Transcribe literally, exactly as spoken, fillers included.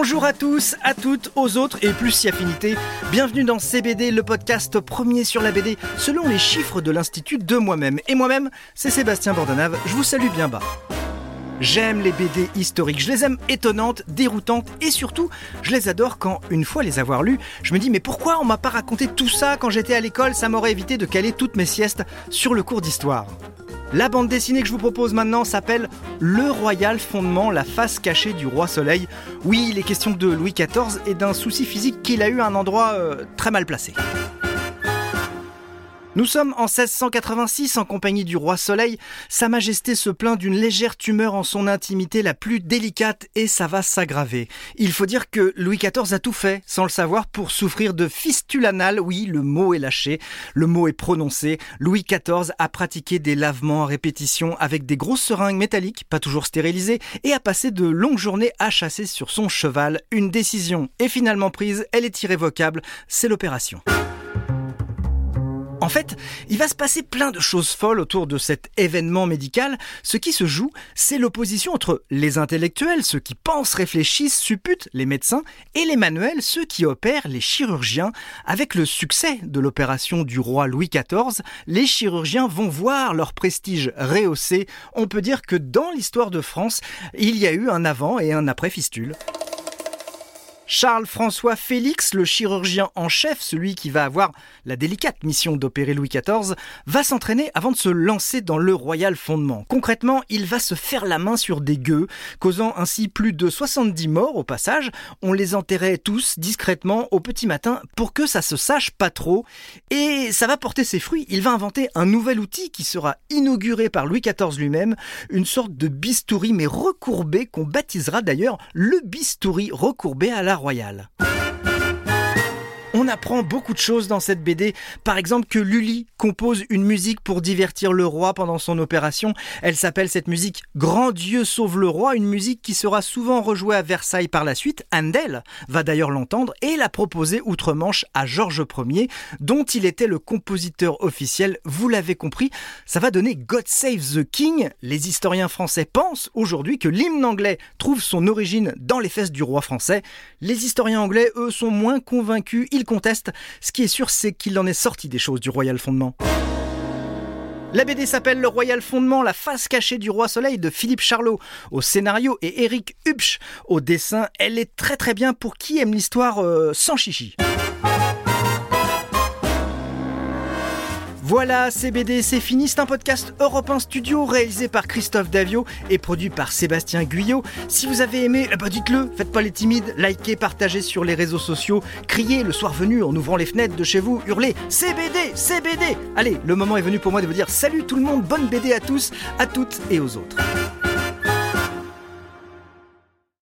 Bonjour à tous, à toutes, aux autres et plus si affinité. Bienvenue dans C B D, le podcast premier sur la B D, selon les chiffres de l'Institut de moi-même. Et moi-même, c'est Sébastien Bordenave, je vous salue bien bas. J'aime les B D historiques, je les aime étonnantes, déroutantes et surtout, je les adore quand, une fois les avoir lues, je me dis mais pourquoi on m'a pas raconté tout ça quand j'étais à l'école, ça m'aurait évité de caler toutes mes siestes sur le cours d'histoire. La bande dessinée que je vous propose maintenant s'appelle Le Royal Fondement, la face cachée du Roi Soleil. Oui, il est question de Louis quatorze et d'un souci physique qu'il a eu à un endroit euh, très mal placé. Nous sommes en seize cent quatre-vingt-six en compagnie du Roi Soleil. Sa Majesté se plaint d'une légère tumeur en son intimité la plus délicate et ça va s'aggraver. Il faut dire que Louis quatorze a tout fait, sans le savoir, pour souffrir de fistule anale. Oui, le mot est lâché, le mot est prononcé. Louis quatorze a pratiqué des lavements à répétition avec des grosses seringues métalliques, pas toujours stérilisées, et a passé de longues journées à chasser sur son cheval. Une décision est finalement prise, elle est irrévocable, c'est l'opération. En fait, il va se passer plein de choses folles autour de cet événement médical. Ce qui se joue, c'est l'opposition entre les intellectuels, ceux qui pensent, réfléchissent, supputent, les médecins, et les manuels, ceux qui opèrent, les chirurgiens. Avec le succès de l'opération du roi Louis quatorze, les chirurgiens vont voir leur prestige rehaussé. On peut dire que dans l'histoire de France, il y a eu un avant et un après fistule. Charles-François Félix, le chirurgien en chef, celui qui va avoir la délicate mission d'opérer Louis quatorze, va s'entraîner avant de se lancer dans le Royal Fondement. Concrètement, il va se faire la main sur des gueux, causant ainsi plus de soixante-dix morts au passage. On les enterrait tous discrètement au petit matin pour que ça se sache pas trop. Et ça va porter ses fruits. Il va inventer un nouvel outil qui sera inauguré par Louis quatorze lui-même, une sorte de bistouri mais recourbé qu'on baptisera d'ailleurs le bistouri recourbé à la royale. On apprend beaucoup de choses dans cette B D, par exemple que Lully compose une musique pour divertir le roi pendant son opération. Elle s'appelle cette musique « Grand Dieu sauve le roi », une musique qui sera souvent rejouée à Versailles par la suite. Handel va d'ailleurs l'entendre et la proposer outre-Manche à Georges Ier, dont il était le compositeur officiel. Vous l'avez compris, ça va donner « God Save the King ». Les historiens français pensent aujourd'hui que l'hymne anglais trouve son origine dans les fesses du roi français. Les historiens anglais, eux, sont moins convaincus, ils conteste. Ce qui est sûr, c'est qu'il en est sorti des choses du Royal Fondement. La B D s'appelle Le Royal Fondement, la face cachée du Roi Soleil de Philippe Charlot au scénario et Eric Hubsch au dessin. Elle est très très bien pour qui aime l'histoire euh, sans chichi. Voilà, C B D, c'est fini. C'est un podcast Europe un Studio réalisé par Christophe Davio et produit par Sébastien Guyot. Si vous avez aimé, eh ben dites-le, faites pas les timides, likez, partagez sur les réseaux sociaux, criez le soir venu en ouvrant les fenêtres de chez vous, hurlez C B D, C B D. Allez, le moment est venu pour moi de vous dire salut tout le monde, bonne B D à tous, à toutes et aux autres.